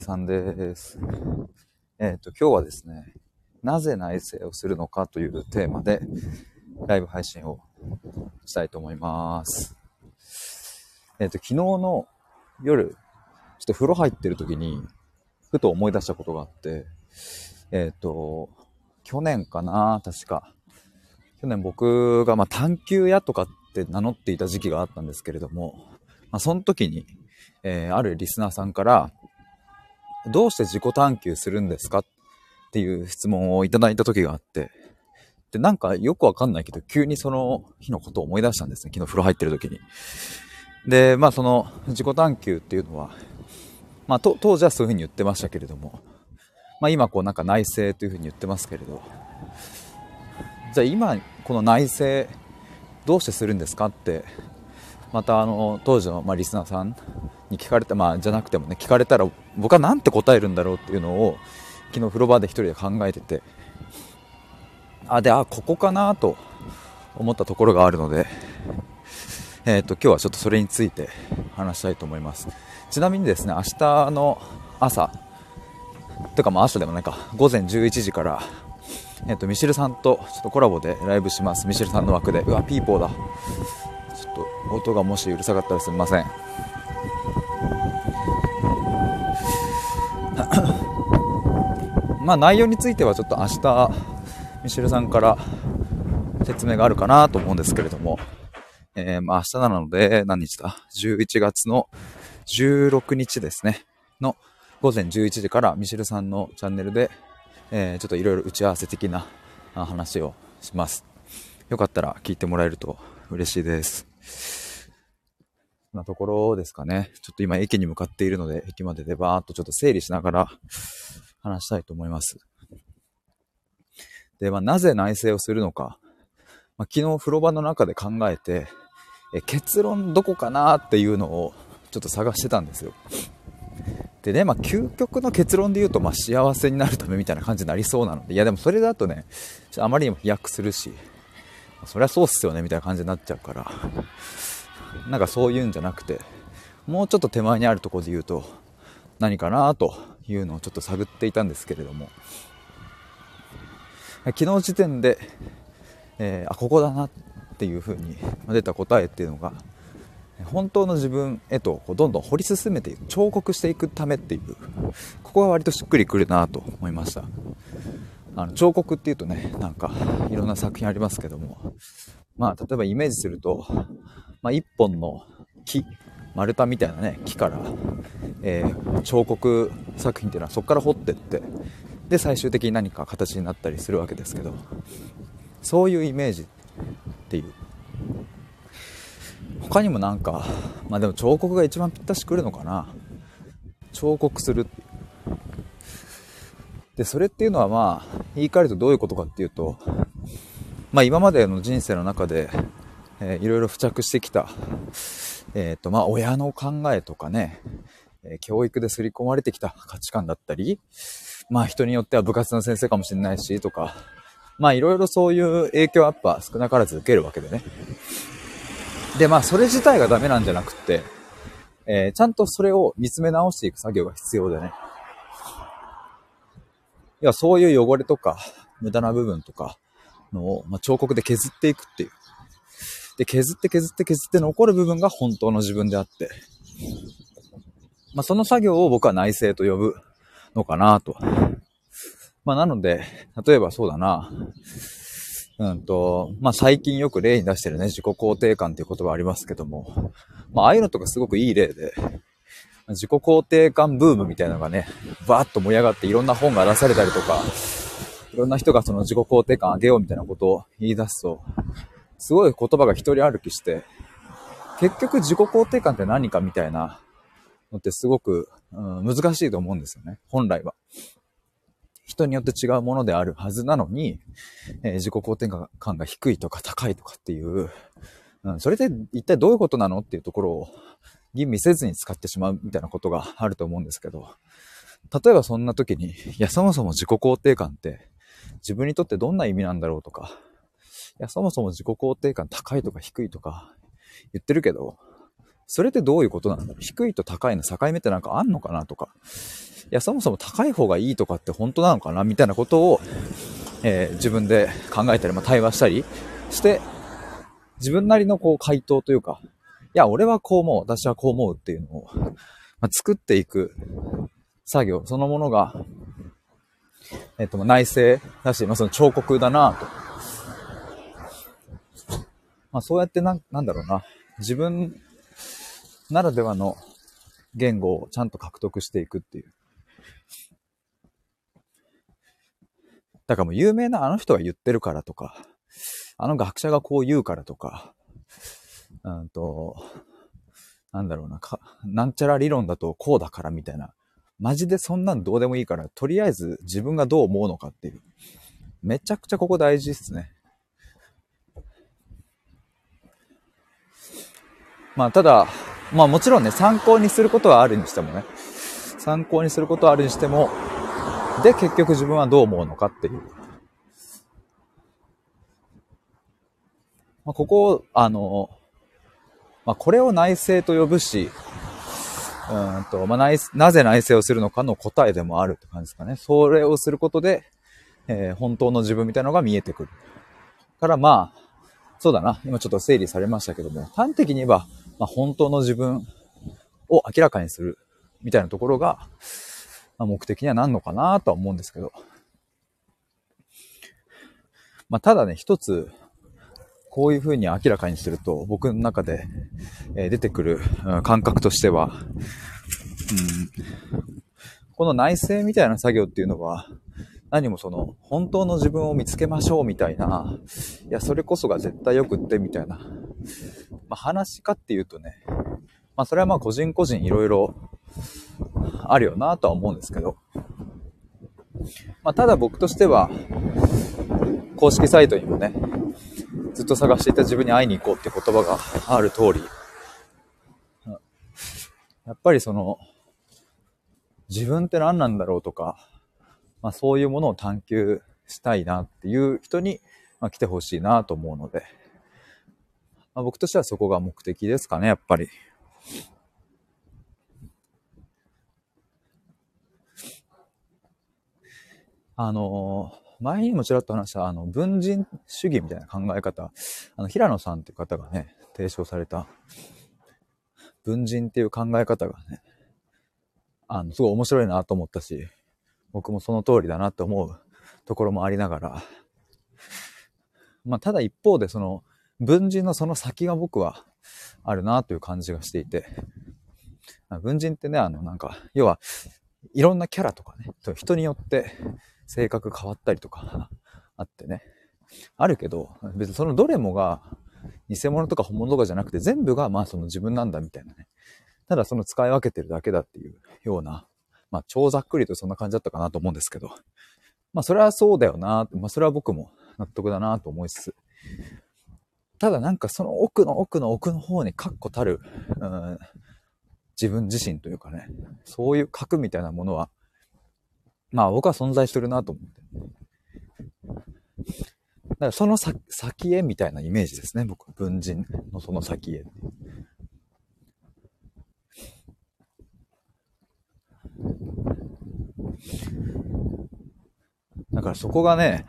さんです。今日はですね、なぜ内省をするのかというテーマでライブ配信をしたいと思います。昨日の夜、ちょっと風呂入ってる時にふと思い出したことがあって、去年かな、確か。去年僕が探求屋とかって名乗っていた時期があったんですけれども、その時に、あるリスナーさんから、どうして自己探求するんですかっていう質問をいただいた時があって、で、なんかよくわかんないけど、急にその日のことを思い出したんですね。昨日風呂入ってる時に。で、その自己探求っていうのは、当時はそういうふうに言ってましたけれども、今こうなんか内省というふうに言ってますけれど、じゃあ今この内省どうしてするんですかって、また当時のリスナーさんに聞かれた、じゃなくてもね、聞かれたら僕はなんて答えるんだろうっていうのを昨日風呂場で一人で考えてて、ここかなと思ったところがあるので、今日はちょっとそれについて話したいと思います。ちなみにですね、明日の朝とか朝でもないか、午前11時から、ミシルさんとちょっとコラボでライブします。ミシルさんの枠で。うわ、ピーポーだ。ちょっと音がもしうるさかったらすみません。内容についてはちょっと明日ミシルさんから説明があるかなと思うんですけれども、明日なので何日だ、11月の16日ですねの午前11時からミシルさんのチャンネルで、ちょっといろいろ打ち合わせ的な話をします。よかったら聞いてもらえると嬉しいです。そんなところですかね。ちょっと今駅に向かっているので、駅まででバーっとちょっと整理しながら話したいと思います。で、なぜ内省をするのか、昨日風呂場の中で考えて、結論どこかなっていうのをちょっと探してたんですよ。でね、究極の結論で言うと、幸せになるためみたいな感じになりそうなので、いやでもそれだとね、あまりにも飛躍するし、そりゃそうっすよねみたいな感じになっちゃうから、なんかそういうんじゃなくて、もうちょっと手前にあるところで言うと何かなというのをちょっと探っていたんですけれども、昨日時点で、ここだなっていう風に出た答えっていうのが、本当の自分へとどんどん掘り進めていく、彫刻していくためっていう、ここは割としっくりくるなと思いました。彫刻っていうとね、なんかいろんな作品ありますけども、例えばイメージすると、一本の木、丸太みたいなね木から、彫刻作品っていうのはそこから彫ってって、で最終的に何か形になったりするわけですけど、そういうイメージっていう。他にもなんか、でも彫刻が一番ぴったしくるのかな。彫刻するで、それっていうのは言い換えるとどういうことかっていうと、今までの人生の中で、いろいろ付着してきた、親の考えとかね、教育で刷り込まれてきた価値観だったり、人によっては部活の先生かもしれないしとか、いろいろそういう影響はやっぱ少なからず受けるわけでね。で、それ自体がダメなんじゃなくって、ちゃんとそれを見つめ直していく作業が必要でね。いや、そういう汚れとか無駄な部分とかのを、彫刻で削っていくっていう。で、削って残る部分が本当の自分であって、その作業を僕は内省と呼ぶのかなと。なので、例えばそうだな、最近よく例に出してるね、自己肯定感っていう言葉ありますけども、ああいうのとかすごくいい例で、自己肯定感ブームみたいなのがね、バーッと盛り上がっていろんな本が出されたりとか、いろんな人がその自己肯定感上げようみたいなことを言い出すと、すごい言葉が一人歩きして、結局自己肯定感って何かみたいなのってすごく、難しいと思うんですよね、本来は。人によって違うものであるはずなのに、自己肯定感が低いとか高いとかっていう、それで一体どういうことなのっていうところを吟味せずに使ってしまうみたいなことがあると思うんですけど、例えばそんな時に、いやそもそも自己肯定感って自分にとってどんな意味なんだろうとか、いやそもそも自己肯定感高いとか低いとか言ってるけど、 それってどういうことなんだろう。低いと高いの境目ってなんかあんのかなとか。いや、そもそも高い方がいいとかって本当なのかなみたいなことを、自分で考えたり、対話したりして、自分なりのこう回答というか、いや、俺はこう思う、私はこう思うっていうのを、作っていく作業そのものが、内省だし、その彫刻だなと。そうやってなんだろうな。自分ならではの言語をちゃんと獲得していくっていう。だからもう有名なあの人が言ってるからとか、あの学者がこう言うからとか、なんだろうな、なんちゃら理論だとこうだからみたいな。マジでそんなんどうでもいいから、とりあえず自分がどう思うのかっていう。めちゃくちゃここ大事ですね。ただ、もちろんね、参考にすることはあるにしてもね。参考にすることはあるにしても、で、結局自分はどう思うのかっていう。ここ、これを内省と呼ぶし、なぜ内省をするのかの答えでもあるって感じですかね。それをすることで、本当の自分みたいなのが見えてくる。からそうだな。今ちょっと整理されましたけども、端的に言えば、本当の自分を明らかにするみたいなところが、目的にはなるのかなとは思うんですけど。ただね、一つ、こういう風に明らかにすると、僕の中で、出てくる、感覚としては、この内省みたいな作業っていうのは、何もその、本当の自分を見つけましょうみたいな、いや、それこそが絶対よくってみたいな、話かっていうとね、それは個人個人いろいろあるよなとは思うんですけど、ただ僕としては、公式サイトにもね、ずっと探していた自分に会いに行こうっていう言葉がある通り、やっぱりその、自分って何なんだろうとか、そういうものを探求したいなっていう人に、来てほしいなと思うので、僕としてはそこが目的ですかね、やっぱり。前にもちらっと話した文人主義みたいな考え方、平野さんっていう方がね、提唱された文人っていう考え方がね、すごい面白いなと思ったし、僕もその通りだなと思うところもありながら、ただ一方でその文人のその先が僕はあるなという感じがしていて、文人ってね、要はいろんなキャラとかね、人によって性格変わったりとかあってね、あるけど、別にそのどれもが偽物とか本物とかじゃなくて全部がその自分なんだみたいなね。ただその使い分けてるだけだっていうような、超ざっくりとそんな感じだったかなと思うんですけど、それはそうだよな、それは僕も納得だなと思いつつ、ただその奥の奥の奥の方に確固たる、自分自身というかね、そういう核みたいなものは、僕は存在してるなと思って。だからその先へみたいなイメージですね、僕。文人のその先へ。だからそこがね、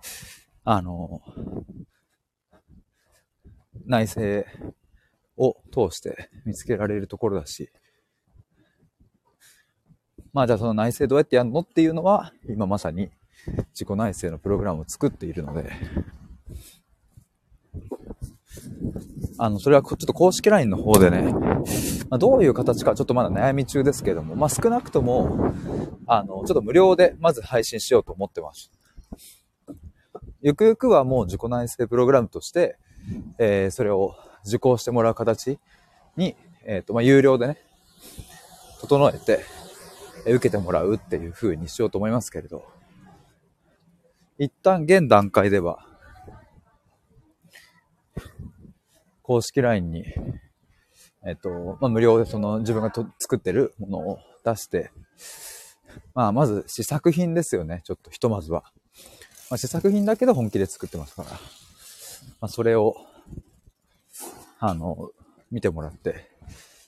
内省を通して見つけられるところだし、じゃあその内省どうやってやるのっていうのは、今まさに自己内省のプログラムを作っているので、それはちょっと公式 LINE の方でね、どういう形かちょっとまだ悩み中ですけども、少なくとも、ちょっと無料でまず配信しようと思ってます。ゆくゆくはもう自己内省プログラムとして、それを受講してもらう形に、有料でね、整えて、受けてもらうっていう風にしようと思いますけれど、一旦現段階では、公式 LINE に、無料でその自分が作ってるものを出して、まず試作品ですよね、ちょっとひとまずは。試作品だけど本気で作ってますから、それを、見てもらって、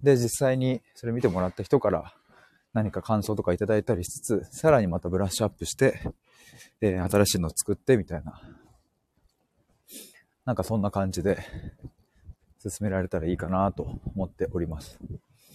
で、実際にそれ見てもらった人から何か感想とかいただいたりしつつ、さらにまたブラッシュアップして、新しいのを作ってみたいな。なんかそんな感じで進められたらいいかなと思っております。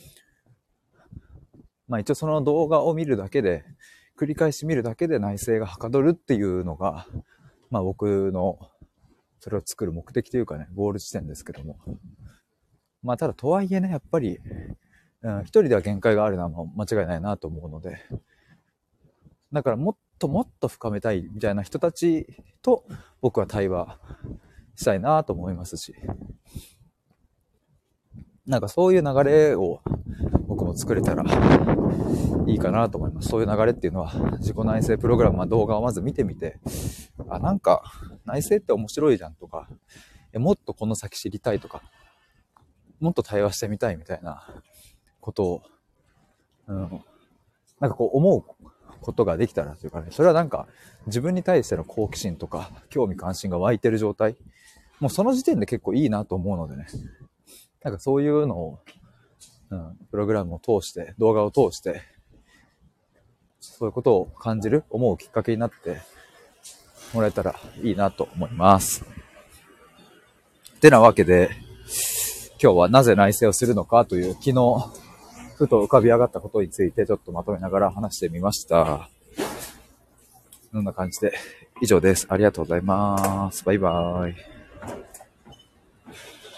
まあ一応その動画を見るだけで、繰り返し見るだけで内省がはかどるっていうのが、まあ僕のそれを作る目的というかね、ゴール地点ですけども。まあただとはいえね、やっぱり、一人では限界があるのは間違いないなと思うので、だからもっともっと深めたいみたいな人たちと僕は対話したいなと思いますし、なんかそういう流れを僕も作れたらいいかなと思います。そういう流れっていうのは自己内省プログラム、動画をまず見てみて、なんか内省って面白いじゃんとか、もっとこの先知りたいとか、もっと対話してみたいみたいなことを、なんかこう思うことができたらというかね、それはなんか自分に対しての好奇心とか興味関心が湧いてる状態、もうその時点で結構いいなと思うのでね、なんかそういうのを、プログラムを通して、動画を通して、そういうことを感じる、思うきっかけになってもらえたらいいなと思います。てなわけで、今日はなぜ内省をするのかという昨日、ふと浮かび上がったことについてちょっとまとめながら話してみました。こんな感じで以上です。ありがとうございます。バイバーイ。